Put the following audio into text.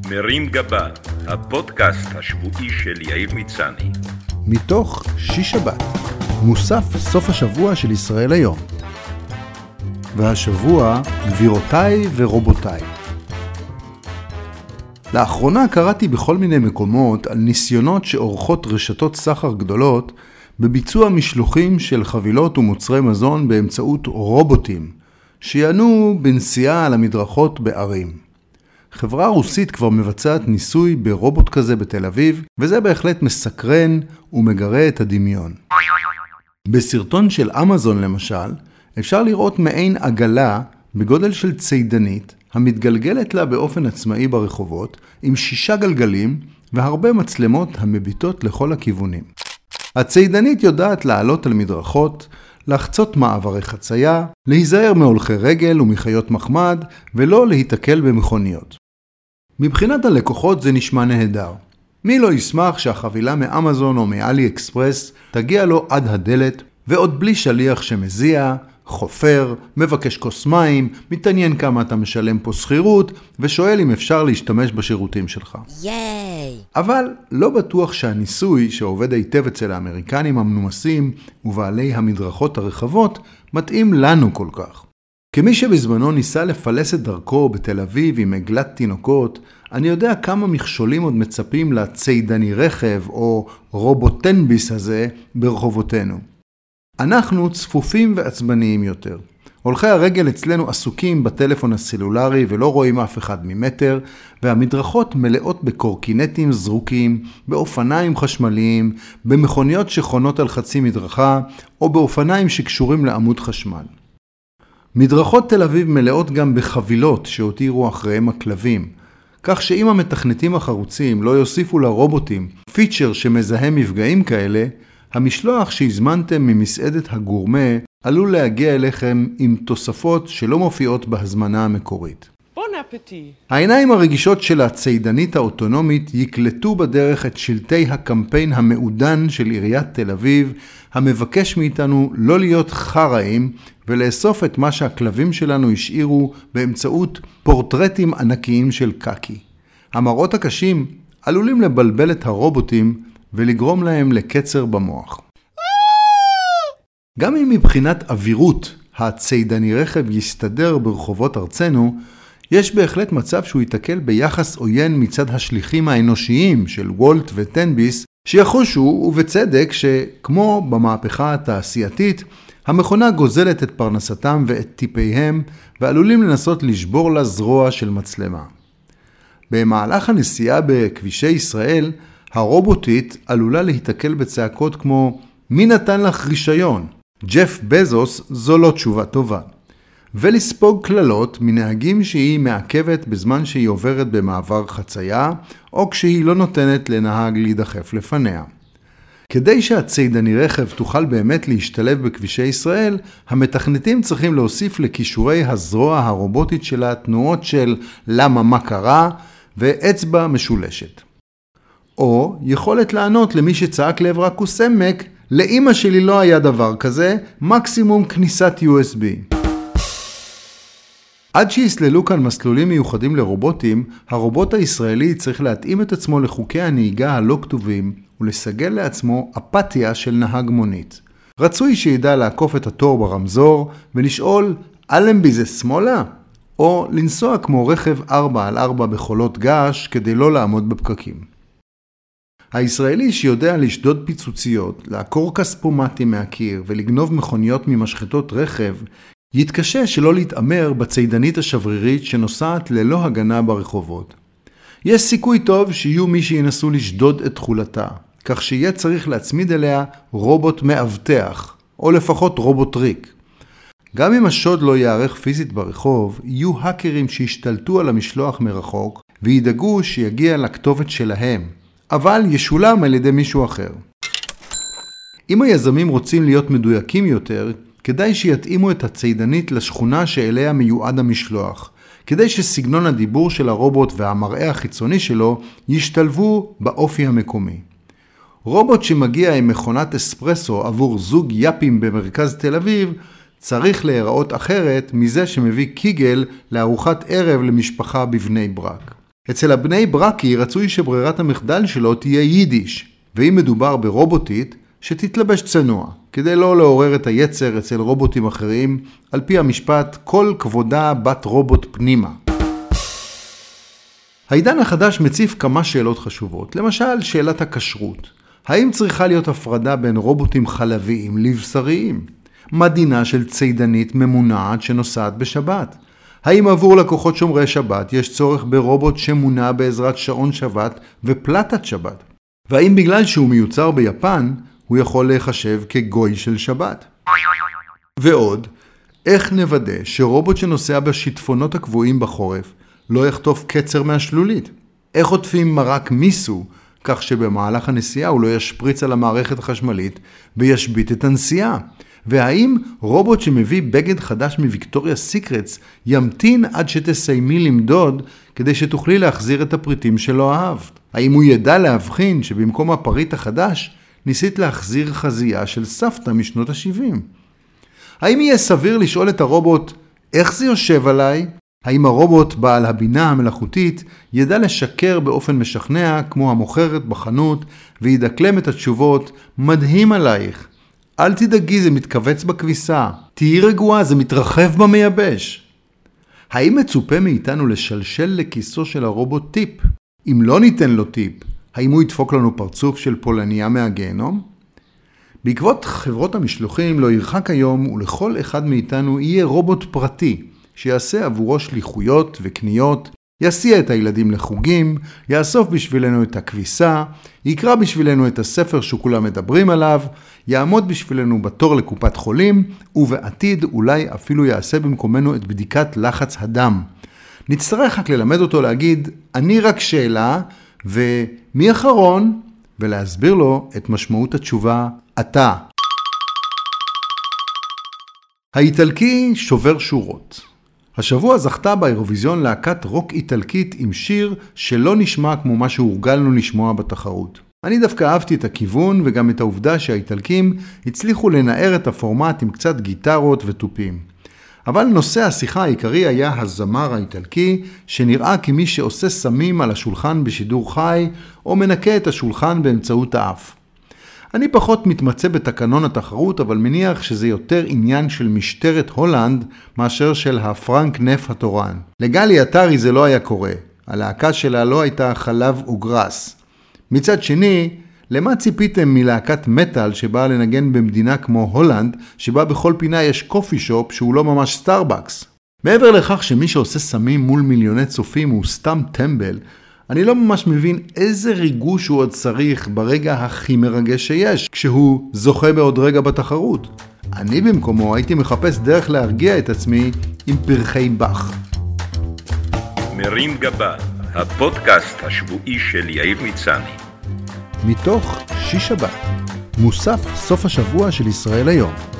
מרים גבה, הפודקאסט השבועי של יאיר מצני. מתוך שיש שבת, מוסף סוף השבוע של ישראל היום. והשבוע, גבירותיי ורובותיי. לאחרונה קראתי בכל מיני מקומות על ניסיונות שעורכות רשתות סחר גדולות בביצוע משלוחים של חבילות ומוצרי מזון באמצעות רובוטים, שיענו בנסיעה על המדרכות בערים. חברה רוסית כבר מבצעת ניסוי ברובוט כזה בתל אביב, וזה בהחלט מסקרן ומגרה את הדמיון. בסרטון של אמזון למשל, אפשר לראות מעין עגלה בגודל של ציידנית, המתגלגלת לה באופן עצמאי ברחובות, עם 6 גלגלים והרבה מצלמות המביטות לכל הכיוונים. הציידנית יודעת לעלות על מדרכות, לחצות מעברי חצייה, להיזהר מהולכי רגל ומחיות מחמד, ולא להתקל במכוניות. מבחינת הלקוחות זה נשמע נהדר. מי לא ישמח שהחבילה מאמזון או מאלי אקספרס תגיע לו עד הדלת, ועוד בלי שליח שמזיע, חופר, מבקש כוס מים, מתעניין כמה אתה משלם פה שכירות, ושואל אם אפשר להשתמש בשירותים שלך. ייי! אבל לא בטוח שהניסוי שעובד היטב אצל האמריקנים המנומסים ובעלי המדרכות הרחבות מתאים לנו כל כך. כמי שבזמנו ניסה לפלס את דרכו בתל אביב עם עגלת תינוקות, אני יודע כמה מכשולים עוד מצפים לציידני רכב או רובוטנביס הזה ברחובותינו. אנחנו צפופים ועצבניים יותר. הולכי הרגל אצלנו עסוקים בטלפון הסלולרי ולא רואים אף אחד ממטר, והמדרכות מלאות בקורקינטים זרוקים, באופניים חשמליים, במכוניות שחונות על חצי מדרכה, או באופניים שקשורים לעמוד חשמל. מדרכות תל אביב מלאות גם בחבילות שהותירו אחריהם הכלבים, כך שאם המתכנתים החרוצים לא יוסיפו לרובוטים פיצ'ר שמזהה מפגעים כאלה, המשלוח שהזמנתם ממסעדת הגורמה עלול להגיע אליכם עם תוספות שלא מופיעות בהזמנה המקורית. בון אפטי. העיניים הרגישות של הציידנית האוטונומית יקלטו בדרך את שלטי הקמפיין המעודן של עיריית תל אביב, המבקש מאיתנו לא להיות חראים ולאסוף את מה שהכלבים שלנו השאירו באמצעות פורטרטים ענקיים של קקי. המראות הקשים עלולים לבלבל את הרובוטים ולגרום להם לקצר במוח. גם אם מבחינת אווירות הציידני רכב יסתדר ברחובות ארצנו, יש בהחלט מצב שהוא ייתקל ביחס עוין מצד השליחים האנושיים של וולט וטנביס, שיחושו ובצדק שכמו במהפכה התעשייתית, המכונה גוזלת את פרנסתם ואת טיפיהם ועלולים לנסות לשבור לה זרוע של מצלמה. במהלך הנסיעה בכבישי ישראל, הרובוטית עלולה להתקל בצעקות כמו מי נתן לך רישיון? ג'ף בזוס זו לא תשובה טובה. ולספוג כללות מנהגים שהיא מעכבת בזמן שהיא עוברת במעבר חצייה, או כשהיא לא נותנת לנהג להידחף לפניה. כדי שהציידני רכב תוכל באמת להשתלב בכבישי ישראל, המתכנתים צריכים להוסיף לכישורי הזרוע הרובוטית שלה תנועות של למה מה קרה ואצבע משולשת. או יכולת לענות למי שצעק לעברה כוסמק, לאמא שלי לא היה דבר כזה, מקסימום כניסת USB. עד שיסללו כאן מסלולים מיוחדים לרובוטים, הרובוט הישראלי צריך להתאים את עצמו לחוקי הנהיגה הלא כתובים ולסגל לעצמו אפתיה של נהג מונית. רצוי שידע לעקוף את התור ברמזור ולשאול, אלנבי זה שמאלה? או לנסוע כמו רכב 4x4 בחולות געש כדי לא לעמוד בפקקים. הישראלי שיודע לשדוד פיצוציות, לעקור כספומטים מהקיר ולגנוב מכוניות ממשחטות רכב, יתקשה שלא להתאמר בציידנית השברירית שנוסעת ללא הגנה ברחובות. יש סיכוי טוב שיהיו מי שינסו לשדוד את תכולתה, כך שיהיה צריך להצמיד אליה רובוט מאבטח, או לפחות רובוט ריק. גם אם השוד לא יערך פיזית ברחוב, יהיו האקרים שישתלטו על המשלוח מרחוק, וידאגו שיגיע לכתובת שלהם, אבל ישולם על ידי מישהו אחר. אם היזמים רוצים להיות מדויקים יותר, כדאי שיתאימו את הציידנית לשכונה שאליה מיועד המשלוח, כדי שסגנון הדיבור של הרובוט והמראה החיצוני שלו ישתלבו באופי המקומי. רובוט שמגיע עם מכונת אספרסו עבור זוג יפים במרכז תל אביב, צריך להיראות אחרת מזה שמביא קיגל לארוחת ערב למשפחה בבני ברק. אצל הבני ברקי רצוי שברירת המחדל שלו תהיה יידיש, ואם מדובר ברובוטית, שתתלבש צנוע, כדי לא לעורר את היצר אצל רובוטים אחרים, על פי המשפט, כל כבודה בת רובוט פנימה. העידן החדש מציף כמה שאלות חשובות, למשל שאלת הכשרות. האם צריכה להיות הפרדה בין רובוטים חלביים לבשריים? מה דינה של ציידנית ממונעת שנוסעת בשבת? האם עבור לקוחות שומרי שבת יש צורך ברובוט שמונע בעזרת שעון שבת ופלטת שבת? והאם בגלל שהוא מיוצר ביפן, הוא יכול להיחשב כגוי של שבת? ועוד, איך נוודא שרובוט שנוסע בשיטפונות הקבועים בחורף לא יחטוף קצר מהשלולית? איך עוטפים מרק מיסו כך שבמהלך הנסיעה הוא לא ישפריץ על המערכת החשמלית וישבית את הנסיעה? והאם רובוט שמביא בגד חדש מוויקטוריה סיקרטס ימתין עד שתסיימי למדוד כדי שתוכלי להחזיר את הפריטים שלא אהבת? האם הוא ידע להבחין שבמקום הפריט החדש ניסית להחזיר חזייה של סבתא משנות ה-70? האם יהיה סביר לשאול את הרובוט איך זה יושב עליי? האם הרובוט בעל הבינה המלאכותית ידע לשקר באופן משכנע כמו המוכרת בחנות וידקלם את התשובות מדהים עלייך? אל תדאגי, זה מתכווץ בכביסה. תהי רגועה, זה מתרחב במייבש. האם מצופה מאיתנו לשלשל לכיסו של הרובוט טיפ? אם לא ניתן לו טיפ, האם הוא ידפוק לנו פרצוף של פולניה מהגיהנום? בעקבות חברות המשלוחים לא ירחק היום ולכל אחד מאיתנו יהיה רובוט פרטי שיעשה עבורו שליחויות וקניות, יסיע את הילדים לחוגים, יאסוף בשבילנו את הכביסה, יקרא בשבילנו את הספר שכולם מדברים עליו, יעמוד בשבילנו בתור לקופת חולים, ובעתיד אולי אפילו יעשה במקומנו את בדיקת לחץ הדם. נצטרך רק ללמד אותו להגיד, אני רק שאלה, ומי אחרון? ולהסביר לו את משמעות התשובה, אתה. האיטלקי שובר שורות. השבוע זכתה באירוויזיון להקת רוק איטלקית עם שיר שלא נשמע כמו מה שהורגלנו לשמוע בתחרות. אני דווקא אהבתי את הכיוון וגם את העובדה שהאיטלקים הצליחו לנער את הפורמט עם קצת גיטרות וטופים. אבל נושא השיחה העיקרי היה הזמר האיטלקי שנראה כמי שעושה סמים על השולחן בשידור חי או מנקה את השולחן באמצעות האף. אני פחות מתמצא בתקנון התחרות, אבל מניח שזה יותר עניין של משטרת הולנד מאשר של הפרנק נף התורן. לגלי אתרי זה לא היה קורה. הלהקה שלה לא הייתה חלב וגרס. מצד שני, למה ציפיתם מלהקת מטל שבאה לנגן במדינה כמו הולנד, שבה בכל פינה יש קופי שופ שהוא לא ממש סטארבקס? מעבר לכך שמי שעושה סמים מול מיליוני צופים הוא סתם טמבל, אני לא ממש מבין איזה ריגוש הוא עוד צריך ברגע הכי מרגש שיש, כשהוא זוכה בעוד רגע בתחרות. אני במקומו הייתי מחפש דרך להרגיע את עצמי עם פרחי בח. מרים גבה, הפודקאסט השבועי של יאיר ניצני. מתוך שיש שבת, מוסף סוף השבוע של ישראל היום.